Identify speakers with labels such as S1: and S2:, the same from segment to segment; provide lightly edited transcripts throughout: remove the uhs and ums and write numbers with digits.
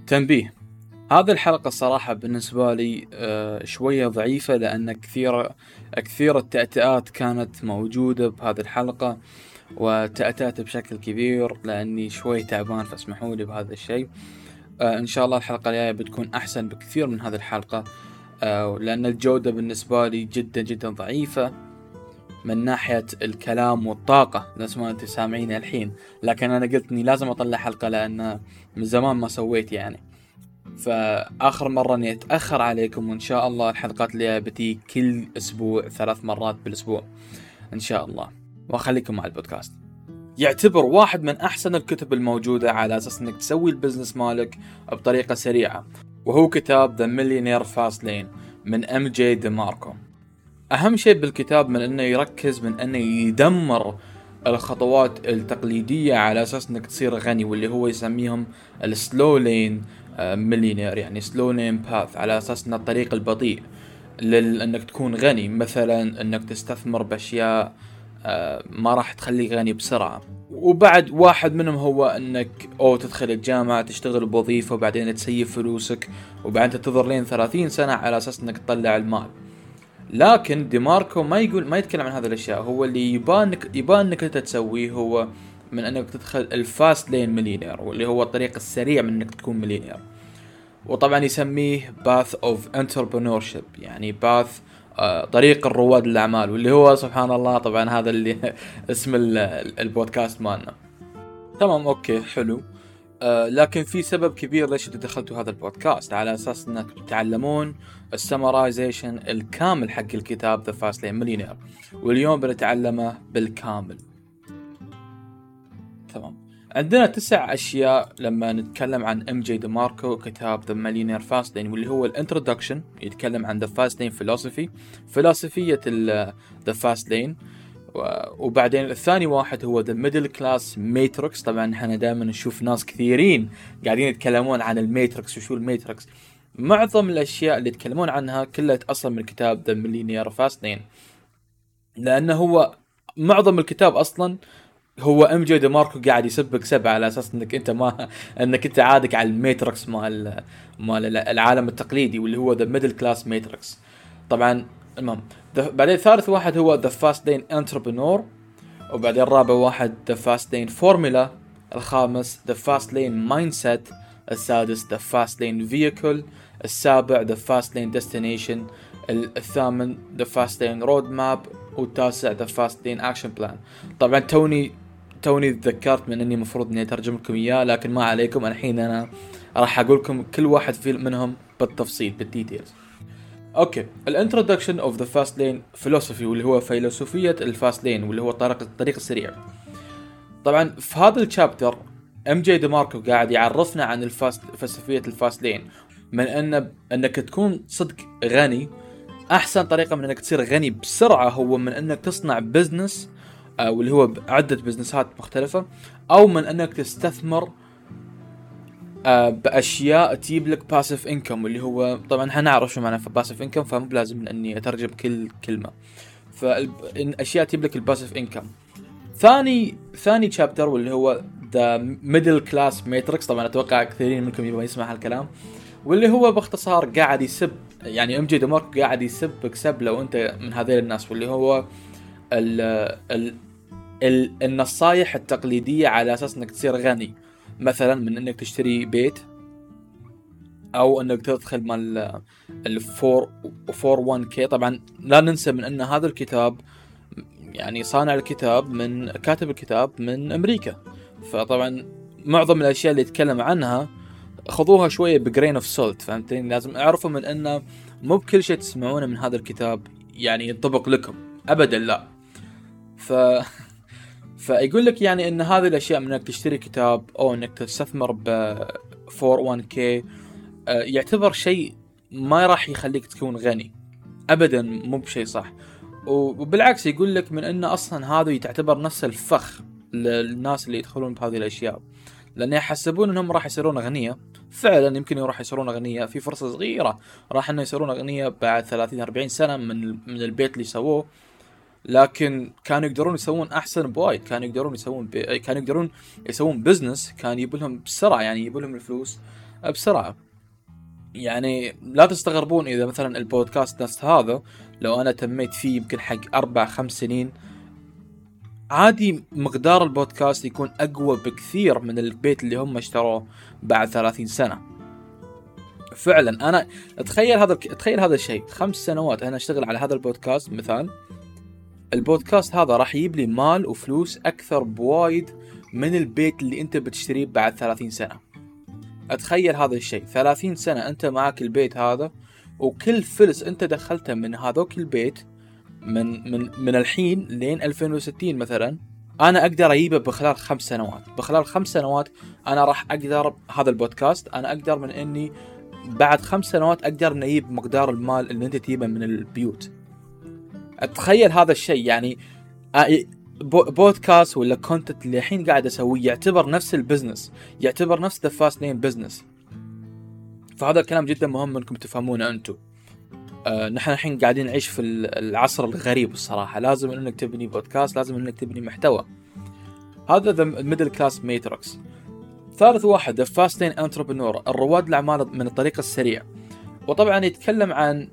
S1: تنبيه: هذه الحلقة الصراحة بالنسبة لي شوية ضعيفة، لأن كثير التأتئات كانت موجودة بهذه الحلقة، وتأتأت بشكل كبير لأني شوي تعبان، فاسمحوا لي بهذا الشيء. إن شاء الله الحلقة الجاية بتكون أحسن بكثير من هذه الحلقة، لأن الجودة بالنسبة لي جدا جدا ضعيفة من ناحية الكلام والطاقة، نفس ما أنت سامعين الحين. لكن أنا قلت إني لازم أطلع حلقة لأن من زمان ما سويت يعني، فآخر مرة إني أتأخر عليكم. وإن شاء الله الحلقات اللي بتي كل أسبوع 3 مرات بالأسبوع إن شاء الله. وأخليكم مع البودكاست. يعتبر واحد من أحسن الكتب الموجودة على أساس إنك تسوي البزنس مالك بطريقة سريعة، وهو كتاب The Millionaire Fast Lane من MJ ديماركو. أهم شيء بالكتاب من أنه يركز من أنه يدمر الخطوات التقليدية على أساس أنك تصير غني، واللي هو يسميهم السلو لين مليونير، يعني سلو لين باث، على أساس أنه الطريق البطيء لأنك تكون غني. مثلا أنك تستثمر بأشياء ما راح تخليك غني بسرعة. وبعد واحد منهم هو أنك تدخل الجامعة، تشتغل بوظيفة، وبعدين تسيب فلوسك، وبعدين تنتظر لين 30 سنة على أساس أنك تطلع المال. لكن ديماركو ما يتكلم عن هذه الاشياء. هو اللي يبانك انت تسويه هو من انك تدخل الفاست لين مليونير، واللي هو الطريق السريع من انك تكون مليونير. وطبعا يسميه باث اوف انتربرنورشيب، يعني باث طريق الرواد الاعمال، واللي هو سبحان الله طبعا هذا اللي اسم البودكاست مالنا. تمام، اوكي، حلو. لكن في سبب كبير ليش دخلتوا هذا البودكاست، على أساس أنك تتعلمون السمرايزيشن الكامل حق الكتاب The Fast Lane Millionaire، واليوم بنتعلمه بالكامل. تمام. عندنا 9 أشياء لما نتكلم عن MJ ديماركو كتاب The Millionaire Fast Lane، واللي هو الانترودكشن، يتكلم عن The Fast Lane Philosophy، فلسفية The Fast Lane. وبعدين الثاني واحد هو The Middle Class Matrix. طبعا احنا دائما نشوف ناس كثيرين قاعدين يتكلمون عن الماتريكس وشو الماتريكس. معظم الاشياء اللي يتكلمون عنها كلها تأصل من كتاب The Millionaire Fast Lane، لانه هو معظم الكتاب اصلا هو MJ ديماركو قاعد يسبك سبع على اساس انك انت عادك على الماتريكس مال العالم التقليدي، واللي هو The Middle Class Matrix. طبعا المهم بعدين ثالث واحد هو The Fast Lane Entrepreneur، وبعدين رابع واحد The Fast Lane Formula، الخامس The Fast Lane Mindset، السادس The Fast Lane Vehicle، السابع The Fast Lane Destination، الثامن The Fast Lane Roadmap، والتاسع The Fast Lane Action Plan. طبعا توني تذكرت من اني مفروض اني اترجم لكم اياه، لكن ما عليكم، الحين انا راح اقول لكم كل واحد منهم بالتفصيل بالديتيلز. اوكي، الانترودكشن اوف ذا فاست لين فيلوسوفي، واللي هو فيلسوفيه الفاست لين، واللي هو الطريق السريع. طبعا في هذا الشابتر MJ ديماركو قاعد يعرفنا عن فلسفيه الفاست لين، من انك تكون صدق غني. احسن طريقه من انك تصير غني بسرعه هو من انك تصنع بزنس، واللي هو عده بزنسات مختلفه، او من انك تستثمر باشياء تجيب لك باسيف انكم، اللي هو طبعا حنعرف شو معنى باسيف انكم، فمو بلازم اني اترجم كل كلمه. فالاشياء تجيب لك الباسيف انكم. ثاني شابتر واللي هو ذا ميدل كلاس ماتريكس. طبعا اتوقع كثيرين منكم يبغى يسمع هالكلام، واللي هو باختصار قاعد يسب، يعني MJ ديماركو قاعد يسبك سب لو انت من هذيل الناس، واللي هو النصايح التقليديه على اساس انك تصير غني، مثلا من انك تشتري بيت، او انك تدخل مال 401k. طبعا لا ننسى من ان هذا الكتاب، يعني صانع الكتاب من كاتب الكتاب من امريكا، فطبعا معظم الاشياء اللي يتكلم عنها خذوها شويه بجرين اوف سولت، فهمتني؟ لازم اعرفوا من انه مو بكل شيء تسمعونه من هذا الكتاب يعني ينطبق لكم ابدا، لا. فيقول لك يعني ان هذه الاشياء، من انك تشتري كتاب او انك تستثمر ب 401k، يعتبر شيء ما راح يخليك تكون غني ابدا، مو بشيء صح. وبالعكس يقول لك من ان اصلا هذا تعتبر نفس الفخ للناس اللي يدخلون بهذه الاشياء، لان يحسبون انهم راح يصيرون اغنياء. فعلا يمكن راح يصيرون اغنياء، في فرصه صغيره راح انه يصيرون اغنياء بعد 30-40 سنه من البيت اللي سووه، لكن كانوا يقدرون يسوون احسن بوايد. كانوا يقدرون يسوون بزنس كان يجيب لهم بسرعه، يعني يجيب لهم الفلوس بسرعة. يعني لا تستغربون إذا مثلا البودكاست نفس هذا لو أنا تميت فيه يمكن حق 4-5 سنين، عادي مقدار البودكاست يكون أقوى بكثير من البيت اللي هم اشتروه بعد 30 سنة. فعلا أنا تخيل هذا الشيء، 5 سنوات أنا أشتغل على هذا البودكاست مثال، البودكاست هذا راح يجيب لي مال وفلوس أكثر بوايد من البيت اللي أنت بتشتريه بعد 30 سنة. أتخيل هذا الشيء، 30 سنة أنت معك البيت هذا، وكل فلس أنت دخلته من هذوك البيت من الحين لين 2060 مثلا، أنا أقدر أجيبه بخلال 5 سنوات. بخلال 5 سنوات أنا راح أقدر، هذا البودكاست أنا أقدر من إني بعد 5 سنوات أقدر نجيب مقدار المال اللي أنت تجيبه من البيوت. أتخيل هذا الشيء. يعني بودكاست ولا كونتنت اللي الحين قاعد أسويه يعتبر نفس البزنس، يعتبر نفس The Fast Lane Business. فهذا الكلام جدا مهم انكم تفهمونه انتم. نحن الحين قاعدين نعيش في العصر الغريب الصراحة. لازم انك تبني بودكاست، لازم انك تبني محتوى. هذا The Middle Class Matrix. ثالث واحد The Fast Lane Entrepreneur، الرواد الأعمال من الطريق السريع. وطبعا يتكلم عن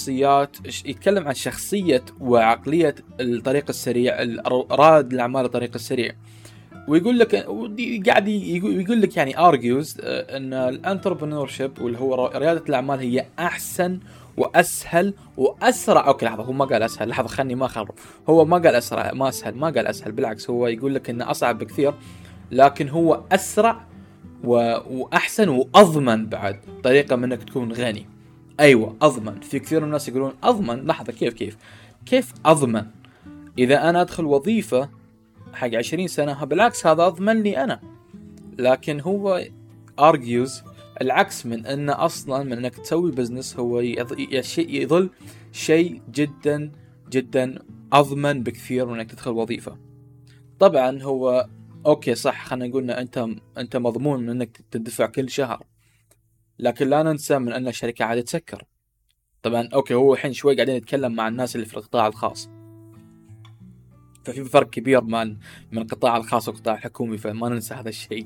S1: شخصية وعقلية الطريق السريع، رائد الأعمال الطريق السريع. ويقول لك قاعد يقول لك يعني argues ان الانتربرنورشيب واللي هو ريادة الأعمال هي أحسن وأسهل وأسرع. أوكي لحظة، هو ما قال أسهل، لحظة خلني ما أخرب. هو ما قال أسرع، ما أسهل، ما قال أسهل، بالعكس هو يقول لك إنه أصعب بكثير، لكن هو أسرع وأحسن وأضمن بعد طريقة من إنك تكون غني. أيوة أضمن. في كثير من الناس يقولون أضمن. لحظة، كيف أضمن؟ إذا أنا أدخل وظيفة حق 20 سنة بالعكس هذا أضمن لي أنا. لكن هو argues العكس، من أنه أصلا من أنك تسوي بزنس هو يظل شيء جدا جدا أضمن بكثير من أنك تدخل وظيفة. طبعا هو أوكي صح، خلينا نقولنا أنت مضمون من أنك تدفع كل شهر، لكن لا ننسى من أن الشركة عادة تسكر. طبعا أوكي هو الحين شوي قاعدين نتكلم مع الناس اللي في القطاع الخاص، ففي فرق كبير من القطاع الخاص والقطاع الحكومي، فما ننسى هذا الشيء.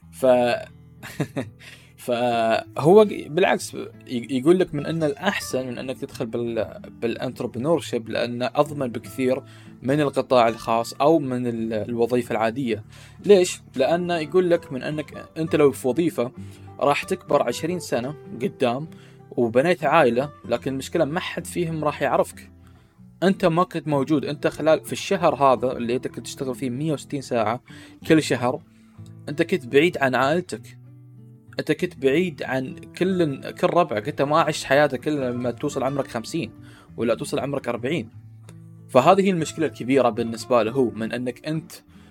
S1: فهو بالعكس يقول لك من أن الأحسن من أنك تدخل بالانتربرنورشيب، لأنه أضمن بكثير من القطاع الخاص أو من الوظيفة العادية. ليش؟ لأنه يقول لك من أنك أنت لو في وظيفة راح تكبر 20 سنة قدام وبنيت عائلة، لكن المشكلة ما حد فيهم راح يعرفك. أنت ما كنت موجود. أنت خلال في الشهر هذا اللي أنت كنت تشتغل فيه 160 ساعة كل شهر، أنت كنت بعيد عن عائلتك، أنت كنت بعيد عن كل ربعك. أنت ما عشت حياتك إلا لما توصل عمرك 50 ولا توصل عمرك 40. فهذه هي المشكلة الكبيرة بالنسبة له، هو من أنك أنت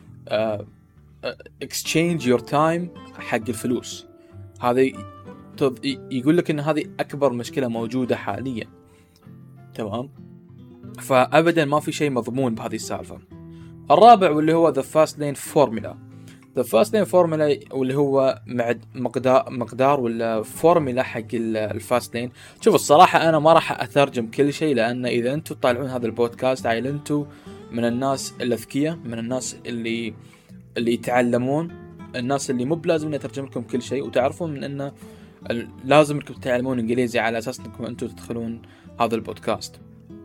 S1: exchange your time حق الفلوس. هذه يقول لك أن هذه أكبر مشكلة موجودة حاليا. تمام؟ فأبدا ما في شيء مضمون بهذه السالفة. الرابع واللي هو The Fast Lane Formula. The Fast Lane Formula واللي هو مقدار ولا فورمولا حق الفاست لين. شوف الصراحة أنا ما راح أترجم كل شيء، لأن إذا أنتم تطالعون هذا البودكاست عيل أنتم من الناس الأذكياء، من الناس اللي يتعلمون، الناس اللي مو بلازم نترجم لكم كل شيء، وتعرفون من أنه لازم انكم تتعلمون إنجليزي على أساس أنكم أنتم تدخلون هذا البودكاست.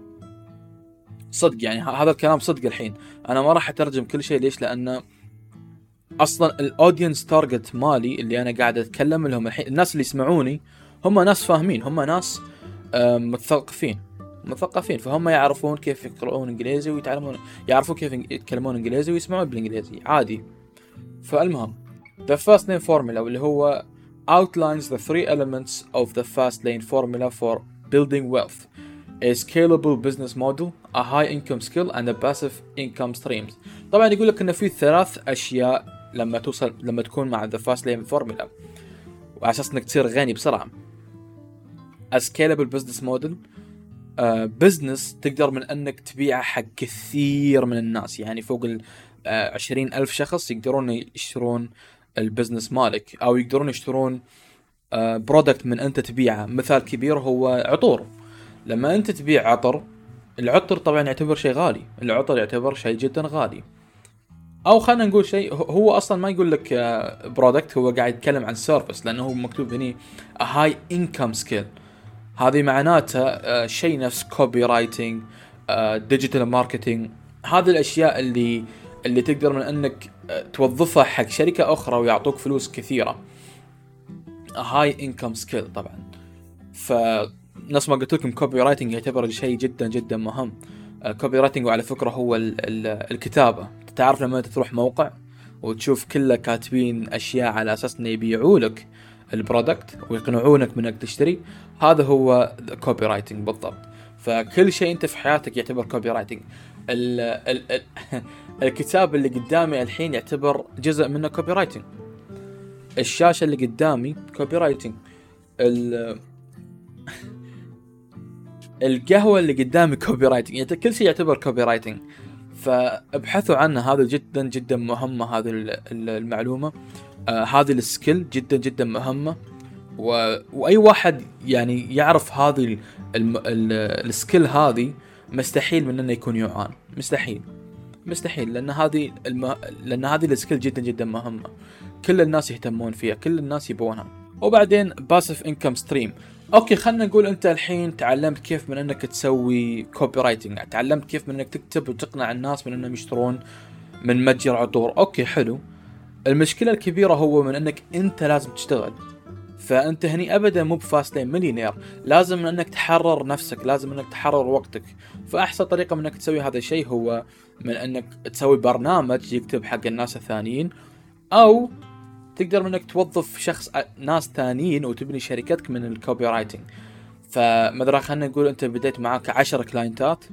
S1: صدق يعني هذا الكلام صدق. الحين أنا ما راح أترجم كل شيء. ليش؟ لأن أصلا الأودينس تارجت مالي اللي أنا قاعد أتكلم لهم الحين، الناس اللي يسمعوني هم ناس فاهمين، هم ناس مثقفين، فهم يعرفون كيف يقرؤون إنجليزي ويتعلمون، يعرفون كيف يتكلمون إنجليزي ويسمعون بالإنجليزي عادي. فالمهم The Fast Lane Formula واللي هو outlines the 3 elements of the Fast Lane Formula for building wealth: a scalable business model, a high income skill, and a passive income streams. طبعا يقول لك إن في 3 أشياء لما تكون مع The Fast Lane Formula وعلى أساس إنك تصير غني بسرعة. a scalable business model، business تقدر من أنك تبيعه حق كثير من الناس، يعني فوق 20,000 شخص يقدرون يشترون البزنس مالك، أو يقدرون يشترون برودكت من أنت تبيعه. مثال كبير هو عطور. لما أنت تبيع عطر، العطر طبعا يعتبر شيء غالي، العطر يعتبر شيء جدا غالي. او خلينا نقول شيء، هو اصلا ما يقول لك برودكت، هو قاعد يتكلم عن سيرفيس، لانه هو مكتوب هنا هاي انكم سكيل. هذه معناتها شيء نفس كوبي رايتنج، ديجيتال ماركتينج. هذه الاشياء اللي تقدر من انك توظفها حق شركة اخرى ويعطوك فلوس كثيرة. هاي انكم سكيل طبعا. فنفس ما قلت لكم كوبي رايتنج يعتبر شيء جدا جدا مهم. كوبي رايتنج وعلى فكرة هو الكتابة. تعرف لما تروح موقع وتشوف كله كاتبين اشياء على اساس انه يبيعوا لك البرودكت ويقنعونك منك تشتري، هذا هو كوبي رايتنج بالضبط. فكل شيء انت في حياتك يعتبر كوبي رايتنج. ال ال الكتاب اللي قدامي الحين يعتبر جزء منه كوبي رايتنج. الشاشة اللي قدامي كوبي رايتنج. القهوة اللي قدامي كوبي رايتنج. يعني كل شيء يعتبر كوبي رايتنج. فابحثوا عنه، هذا جدا جدا مهمة هذه المعلومة. هذه السكيل جدا جدا مهمة. واي واحد يعني يعرف هذه السكيل هذه مستحيل من انه يكون يوعان. مستحيل لان هذه السكيل جدا جدا مهمة. كل الناس يهتمون فيها، كل الناس يبونها. وبعدين باسيف انكم ستريم. اوكي خلنا نقول انت الحين تعلمت كيف من انك تسوي كوبي رايتنج، تعلمت كيف من انك تكتب وتقنع الناس من انهم يشترون من متجر عطور. اوكي حلو. المشكلة الكبيرة هو من انك انت لازم تشتغل. فانت هني ابدا مو بفاست لين مليونير، لازم من انك تحرر نفسك، لازم انك تحرر وقتك. فاحسن طريقة من انك تسوي هذا الشيء هو من انك تسوي برنامج يكتب حق الناس الثانيين، او تقدر منك توظف ناس ثانيين وتبني شركتك من الكوبي رايتنج. فمثلا خلينا نقول انت بديت معاك 10 كلاينتات،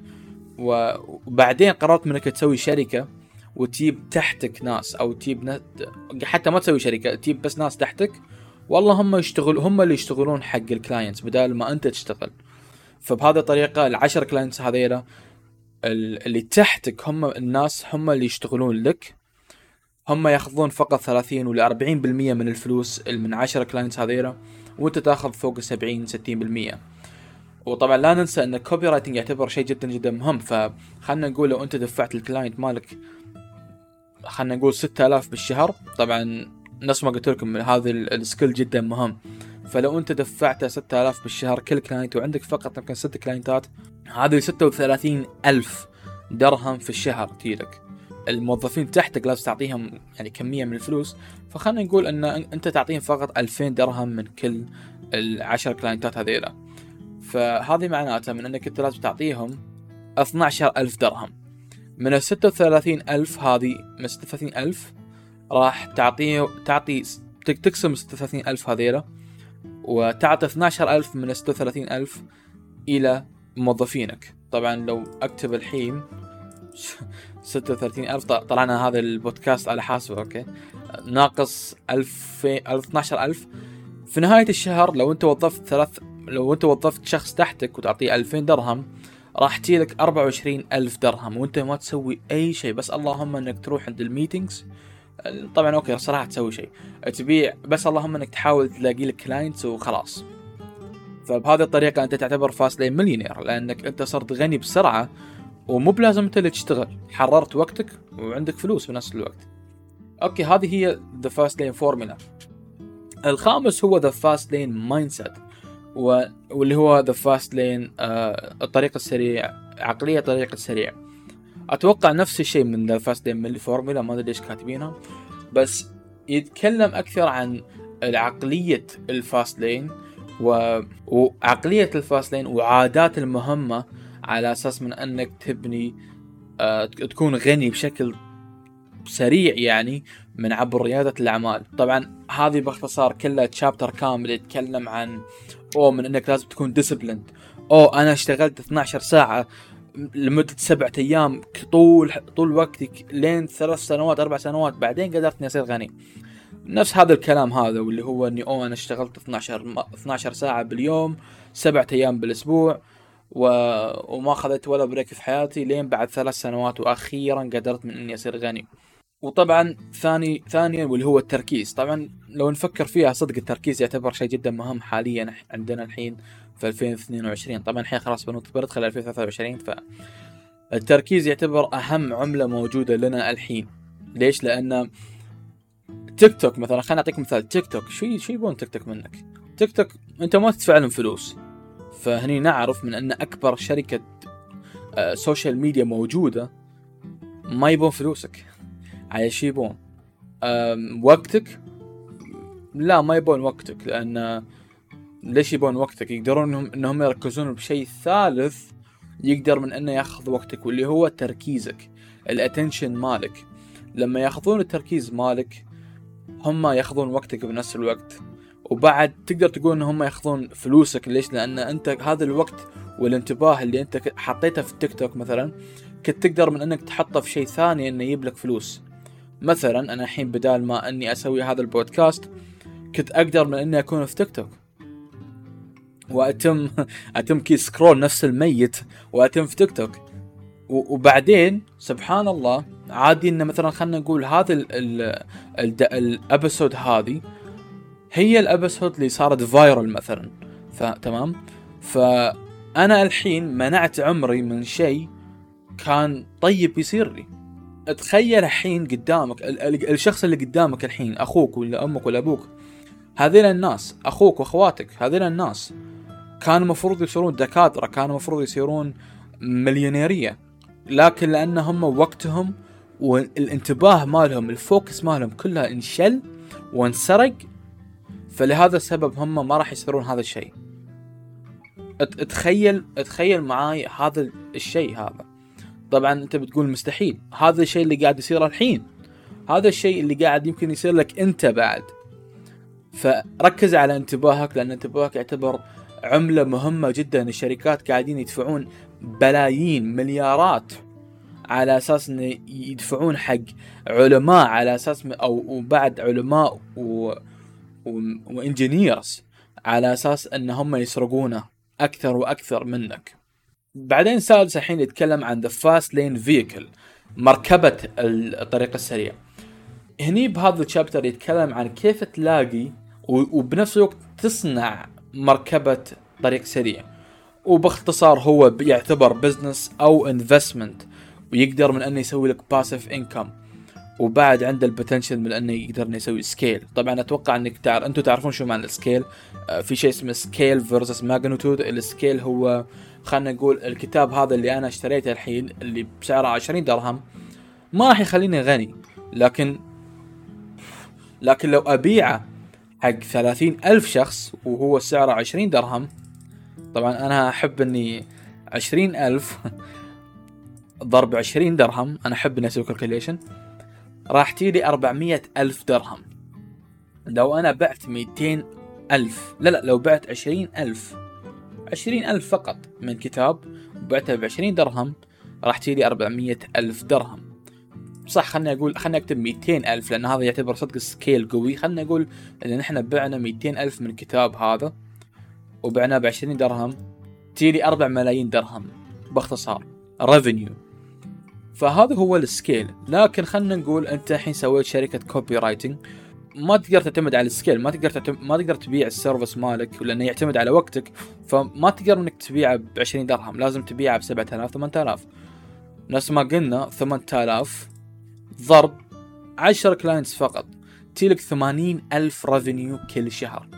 S1: وبعدين قررت منك تسوي شركة وتجيب تحتك ناس، او تجيب حتى ما تسوي شركة، تجيب بس ناس تحتك، والله هم اللي يشتغلون حق الكلاينتس بدل ما انت تشتغل. فبهذه الطريقة ال10 كلاينتس هذيلا اللي تحتك هم الناس هم اللي يشتغلون لك، هم ياخذون فقط 30 ولا 40% من الفلوس من 10 كلاينتس هذيلا، وانت تاخذ فوق 70-60%. وطبعا لا ننسى ان الكوبي رايتنج يعتبر شيء جدا جدا مهم. فخلنا نقول لو انت دفعت الكلاينت مالك خلنا نقول 6000 بالشهر، طبعا نفس ما قلت لكم هذا السكيل جدا مهم. فلو انت دفعت 6000 بالشهر كل كلاينت وعندك فقط يمكن 6 كلاينتات، هذه 36,000 درهم في الشهر تجيلك. الموظفين تحتك لازم تعطيهم يعني كمية من الفلوس، فخلنا نقول ان انت تعطيهم فقط 2000 درهم من كل 10 كلاينتات هذيلا. فهذه معناتها من انك انت لازم تعطيهم 12,000 درهم من 36,000. هذه من 36,000 راح تقسم 36,000 هذيلا وتعطي 12,000 من 36,000 إلى موظفينك. طبعا لو أكتب الحين 36,000، طلعنا هذا البودكاست على حاسبه أوكي، ناقص 12,000 في نهاية الشهر. لو أنت وظفت شخص تحتك وتعطيه 2000 درهم، راح تجيلك 24,000 درهم وانت ما تسوي اي شيء، بس اللهم انك تروح عند الميتينجز. طبعا اوكي صراحة تسوي شيء تبيع، بس اللهم انك تحاول تلاقي لك كلاينتس وخلاص. فبهذه الطريقة انت تعتبر فاست لين مليونير، لانك انت صرت غني بسرعة ومو بلازم انت اللي تشتغل، حررت وقتك وعندك فلوس بنفس الوقت. اوكي هذه هي the fast lane formula. الخامس هو the fast lane mindset، واللي هو the fast lane الطريق السريع، عقلية طريق السريع. اتوقع نفس الشيء من the fast lane formula، ما ادري ليش كاتبينها، بس يتكلم اكثر عن العقلية الفاست لين وعقلية الفاست لين وعادات المهمة، على اساس من انك تبني تكون غني بشكل سريع يعني من عبر ريادة الأعمال. طبعا هذه باختصار كلها تشابتر كامل يتكلم عن من انك لازم تكون ديسيبليند. انا اشتغلت 12 ساعة لمدة 7 أيام طول وقتي لين 3 سنوات 4 سنوات، بعدين قدرت اني اصير غني. نفس هذا الكلام هذا، واللي هو اني انا اشتغلت 12 ساعة باليوم 7 أيام بالاسبوع وما اخذت ولا بريك في حياتي لين بعد 3 سنوات واخيرا قدرت من اني اصير غني. وطبعا ثانيا واللي هو التركيز. طبعا لو نفكر فيها صدق التركيز يعتبر شيء جدا مهم حاليا عندنا الحين في 2022. طبعا الحين خلاص بندخل 2023، فالتركيز يعتبر اهم عملة موجودة لنا الحين. ليش؟ لأن تيك توك مثلا، خلينا نعطيك مثال. تيك توك شو يبون تيك توك منك؟ تيك توك انت ما تدفع لهم فلوس، فهني نعرف من ان اكبر شركة سوشيال ميديا موجودة ما يبون فلوسك. على شي يبون؟ وقتك؟ لا، ما يبون وقتك، لان ليش يبون وقتك؟ يقدرون انهم يركزون بشيء ثالث يقدر من انه ياخذ وقتك، واللي هو تركيزك، الاتنشن مالك. لما ياخذون التركيز مالك هم ياخذون وقتك بنفس الوقت، وبعد تقدر تقول ان هم ياخذون فلوسك. ليش؟ لان انت هذا الوقت والانتباه اللي انت حطيته في التيك توك مثلا كنت تقدر من انك تحطه في شيء ثاني انه يجيب لك فلوس. مثلا انا الحين بدال ما اني اسوي هذا البودكاست كنت اقدر من اني اكون في تيك توك واتم كي سكرول نفس الميت واتم في تيك توك، وبعدين سبحان الله عادي ان مثلا خلنا نقول هذا الابيسود هذه هي الابيسود اللي صارت فايرل مثلا، تمام. فانا الحين منعت عمري من شيء كان طيب يصير لي. تخيل الحين قدامك الشخص اللي قدامك الحين، اخوك ولا امك ولا ابوك، هذين الناس اخوك واخواتك، هذين الناس كانوا مفروض يصيرون دكاترة، كانوا مفروض يصيرون مليونيرية، لكن لأنهم وقتهم والانتباه مالهم الفوكس مالهم كلها انشل وانسرق، فلهذا السبب هم ما راح يصيرون هذا الشيء. تخيل معاي هذا الشيء هذا. طبعا انت بتقول مستحيل، هذا الشيء اللي قاعد يصير الحين، هذا الشيء اللي قاعد يمكن يصير لك انت بعد. فركز على انتباهك، لأن انتباهك يعتبر عملة مهمة جدا. الشركات قاعدين يدفعون بلايين مليارات على أساس أن يدفعون حق علماء، على أساس أو بعد علماء وإنجينيرز، على أساس أنهم يسرقونه أكثر وأكثر منك. بعدين سادس الحين يتكلم عن The Fast Lane Vehicle، مركبة الطريق السريع. هني بهذا الشابتر يتكلم عن كيف تلاقي وبنفس الوقت تصنع مركبة طريق سريع، وباختصار هو يعتبر بزنس أو انفستمنت، ويقدر من أنه يسوي لك باسيف إنكم، وبعد عنده البوتنشل من أنه يقدر أنه يسوي سكيل. طبعا أتوقع أنك أنتوا تعرفون شو معنى السكيل. في شيء اسمه سكيل versus ماغنيتود. السكيل هو خلنا نقول الكتاب هذا اللي أنا اشتريته الحين اللي بسعره 20 درهم ما راح يخليني غني، لكن لو أبيعه حق 30,000 شخص وهو سعره 20 درهم، طبعا أنا أحب أني 20,000 ضرب 20 درهم، أنا أحب أني أسوي كالكوليشن، راح تيلي 400,000 درهم. لو أنا بعت 200,000، لا لو بعت 20,000 فقط من كتاب وبعتها ب20 درهم راح تيلي 400,000 درهم. صح، خلنا أكتب 200,000 لأن هذا يعتبر صدق سكيل قوي. خلنا نقول إن نحن بعنا 200,000 من كتاب هذا وبعناه ب20 درهم، تيلي 4 ملايين درهم باختصار revenue. فهذا هو السكيل. لكن خلنا نقول أنت الحين سويت شركة كوبي رايتنج، ما تقدر تعتمد على السكيل، ما تقدر تبيع السيرفيس مالك لأنه يعتمد على وقتك، فما تقدر إنك تبيعه ب20 درهم، لازم تبيعه ب7,000 8,000. نفس ما قلنا 8,000 ضرب 10 كلاينتس فقط تيلك 80,000 ريفينيو كل شهر.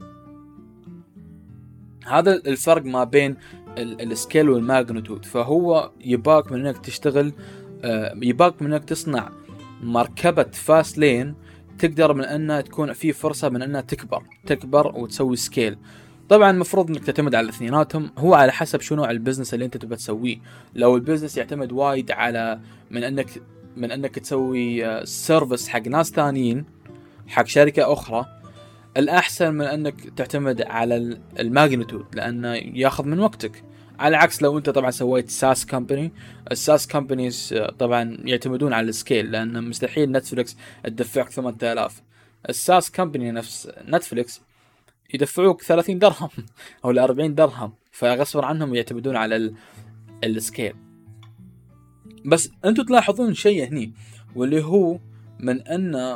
S1: هذا الفرق ما بين السكيل والماغنيتود. فهو يباك من انك تشتغل، يباك من انك تصنع مركبة فاست لين تقدر من انها تكون في فرصة من انها تكبر وتسوي سكيل. طبعا المفروض انك تعتمد على الاثنيناتهم، هو على حسب شو نوع البزنس اللي انت تبغى تسويه. لو البزنس يعتمد وايد على من انك تسوي سيرفيس حق ناس ثانيين، حق شركة اخرى، الأحسن من أنك تعتمد على الماغنيتود لأنه ياخذ من وقتك. على عكس لو أنت طبعا سويت ساس كمباني، الساس كمبانيز طبعا يعتمدون على السكيل، لأن مستحيل نتفليكس تدفعك 8,000. الساس كمباني نفس نتفليكس يدفعوك 30 درهم أو 40 درهم، فغصبا عنهم يعتمدون على السكيل. بس أنتوا تلاحظون شيء هني، واللي هو من أن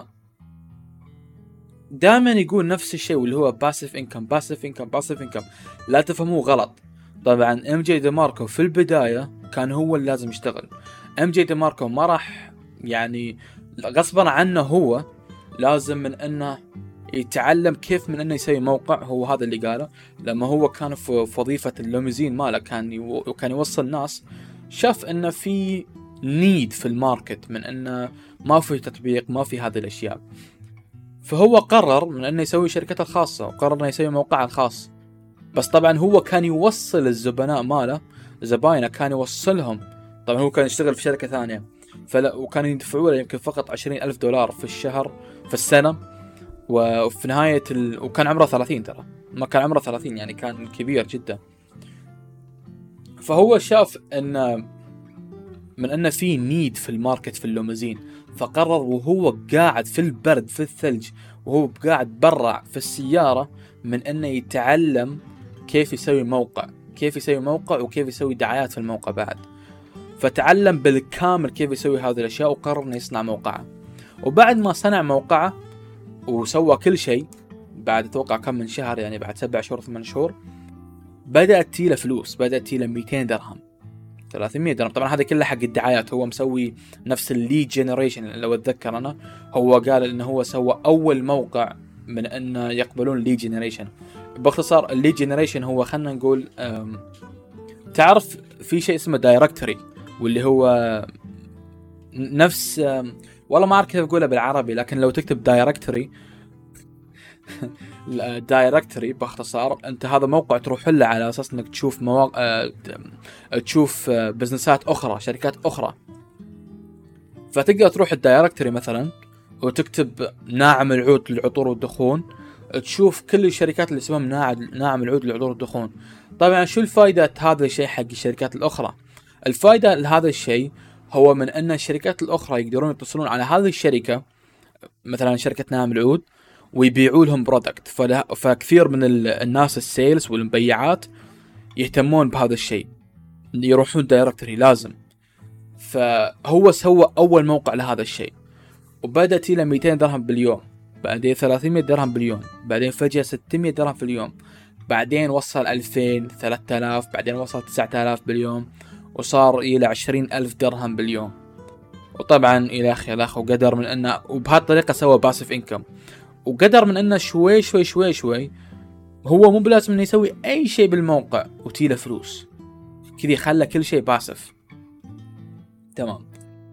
S1: دائما يقول نفس الشيء واللي هو باسيف انكم. لا تفهموه غلط. طبعا ام جي دي ماركو في البداية كان هو اللي لازم يشتغل. ام جي دي ماركو ما راح يعني غصبا عنه هو لازم من انه يتعلم كيف من انه يسوي موقع. هو هذا اللي قاله لما هو كان في وظيفة الليموزين ماله، كان يوصل ناس، شاف انه في نيد في الماركت من انه ما في تطبيق، ما في هذه الاشياء، فهو قرر من انه يسوي شركته الخاصة، وقرر انه يسوي موقعه الخاص. بس طبعا هو كان يوصل الزبناء ماله، زباينه كان يوصلهم. طبعا هو كان يشتغل في شركة ثانية، وكان يدفعوا له يمكن فقط $20,000 في الشهر في السنة. وفي نهاية وكان عمره 30، ترى ما كان عمره 30، يعني كان كبير جدا. فهو شاف ان من ان في نيد في الماركت في الليموزين، فقرر وهو قاعد في البرد في الثلج وهو قاعد برا في السيارة من انه يتعلم كيف يسوي موقع، وكيف يسوي دعايات في الموقع بعد. فتعلم بالكامل كيف يسوي هذه الاشياء، وقرر انه يصنع موقعه. وبعد ما صنع موقعه وسوى كل شيء، بعد اتوقع كم من شهر، يعني بعد 7 شهور 8 شهور، بدأت تيله فلوس، بدأت تيله 200 درهم 300 درهم. طبعا هذا كله حق الدعايات، هو مسوي نفس الليد جنريشن. لو اتذكر انا، هو قال انه هو سوى اول موقع من انه يقبلون الليد جنريشن. باختصار الليد جنريشن هو، خلنا نقول تعرف في شيء اسمه دايركتوري، واللي هو نفس والله ما اعرف كيف اقولها بالعربي، لكن لو تكتب دايركتوري دايركتوري باختصار، انت هذا موقع تروح له على اساس انك تشوف مواقع، تشوف بزنسات اخرى، شركات اخرى. فتقدر تروح الدايركتوري مثلا وتكتب ناعم العود للعطور والدخون، تشوف كل الشركات اللي اسمهم ناعم العود للعطور والدخون. طبعا شو الفائدة هذا الشيء حق الشركات الاخرى؟ الفائدة لهذا الشيء هو من ان الشركات الاخرى يقدرون يتصلون على هذه الشركة، مثلا شركة ناعم العود، ويبيعوا لهم برودكت. فكثير من الناس السيلز والمبيعات يهتمون بهذا الشيء، يروحون دايركتوري لازم. فهو سوى اول موقع لهذا الشيء، وبدأت الى 200 درهم باليوم، بعدين 300 درهم باليوم، بعدين فجأة 600 درهم في اليوم، بعدين وصل 2000 3000، بعدين وصل 9000 باليوم، وصار الى 20,000 درهم باليوم. وطبعا الى اخره، وقدر من انه وبهالطريقة سوى باسف انكم، وقدر من انه شوي شوي شوي شوي هو مو بلازم انه يسوي اي شيء بالموقع وتيله فلوس كذي، خلى كل شيء باسف. تمام.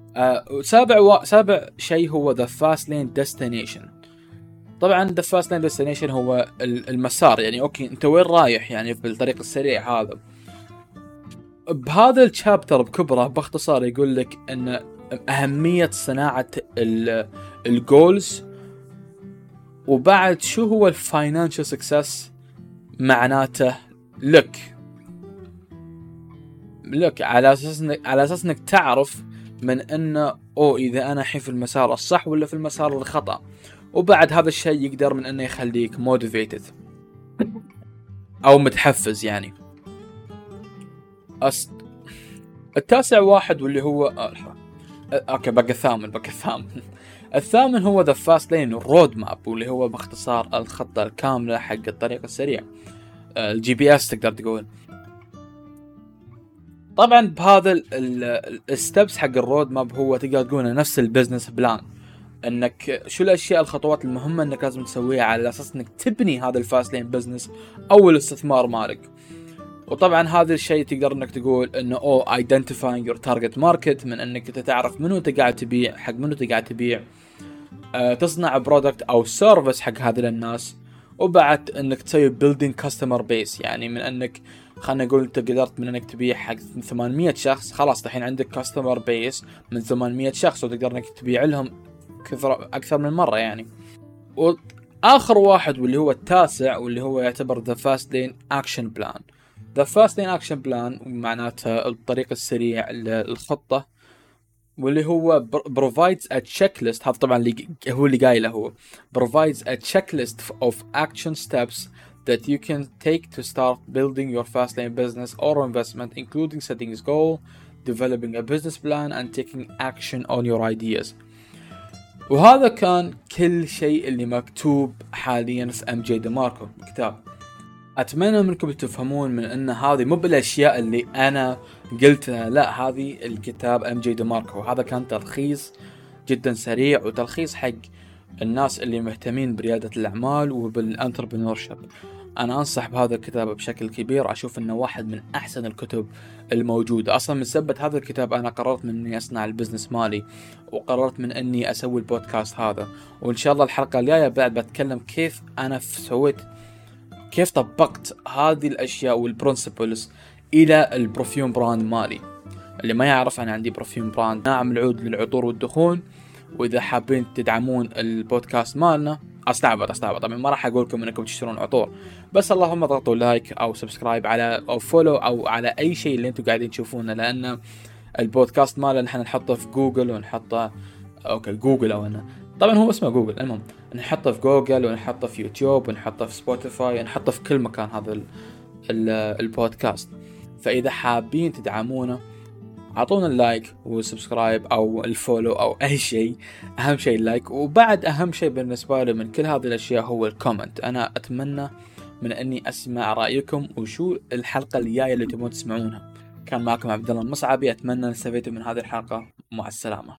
S1: سابع شيء هو The Fast Lane Destination. طبعا The Fast Lane Destination هو المسار، يعني اوكي انت وين رايح يعني بالطريق السريع هذا. بهذا الشابتر بكبره باختصار يقول لك ان اهمية صناعة الجولز، وبعد شو هو الفاينانشال سكسس معناته لك على اساس انك تعرف من انه اذا انا الحين في المسار الصح ولا في المسار الخطأ. وبعد هذا الشيء يقدر من انه يخليك motivated او متحفز يعني. التاسع واحد واللي هو اوكي بقى الثامن الثامن هو The Fast Lane Road Map، واللي هو باختصار الخطة الكاملة حق الطريق السريع، الGPS تقدر تقول. طبعا بهذا الستبس حق الرود ماب هو تقدر تقول نفس البزنس بلان، انك شو الاشياء الخطوات المهمة انك لازم تسويها على اساس انك تبني هذا الفاست لين بزنس او الاستثمار مالك. وطبعا هذا الشيء تقدر انك تقول انه identifying your target market، من انك تعرف منو انت قاعد تبيع، حق منو انت قاعد تبيع، تصنع برودكت او سيرفيس حق هذول الناس. وبعد انك تسوي building customer base، يعني من انك خلنا نقول انت قدرت من انك تبيع حق 800 شخص، خلاص الحين عندك كاستمر بيس من 800 شخص، وتقدر انك تبيع لهم اكثر من مرة يعني. واخر واحد واللي هو التاسع واللي هو يعتبر The Fast Lane Action Plan. The Fast Lane Action Plan معناته الطريق السريع للخطة، واللي هو provides a checklist. هذا طبعا هو اللي قايله، هو provides a checklist of action steps that you can take to start building your fast lane business or investment, including setting a goal, developing a business plan, and taking action on your ideas. وهذا كان كل شيء اللي مكتوب حاليا في MJ DeMarco الكتاب. أتمنى منكم تفهمون من أن هذه مو بالأشياء اللي أنا قلتها، لا، هذه الكتاب MJ DeMarco، وهذا كان تلخيص جدا سريع وتلخيص حق الناس اللي مهتمين بريادة الأعمال وبالانتربرنورشيب. أنا أنصح بهذا الكتاب بشكل كبير، أشوف أنه واحد من أحسن الكتب الموجودة. أصلا من سبة هذا الكتاب أنا قررت من أني أصنع البزنس مالي، وقررت من أني أسوي البودكاست هذا. وإن شاء الله الحلقة الجاية بعد بتكلم كيف أنا سويت، كيف طبقت هذه الأشياء والبرنسبلز إلى البرفيوم براند مالي. اللي ما يعرف، أنا عندي برفيوم براند ناعم العود للعطور والدخون، وإذا حابين تدعمون البودكاست مالنا استعبط طبعا ما راح أقول لكم إنكم تشترون عطور، بس اللهم ضغطوا لايك أو سبسكرايب على أو فولو أو على أي شيء اللي أنتم قاعدين تشوفونه، لأن البودكاست مالنا نحن نحطه في جوجل ونحطه جوجل، أو أنا طبعا هو اسمه جوجل، المهم نحطه في جوجل ونحطه في يوتيوب ونحطه في سبوتيفاي ونحطه في كل مكان هذا البودكاست. فإذا حابين تدعمونه اعطونا اللايك والسبسكرايب او الفولو او اي شيء، اهم شيء اللايك. وبعد اهم شيء بالنسبه لي من كل هذه الاشياء هو الكومنت. انا اتمنى من اني اسمع رايكم وشو الحلقه الجايه اللي تبون تسمعونها. كان معكم عبد الله المصعبي، اتمنى ان استفدتوا من هذه الحلقه. مع السلامه.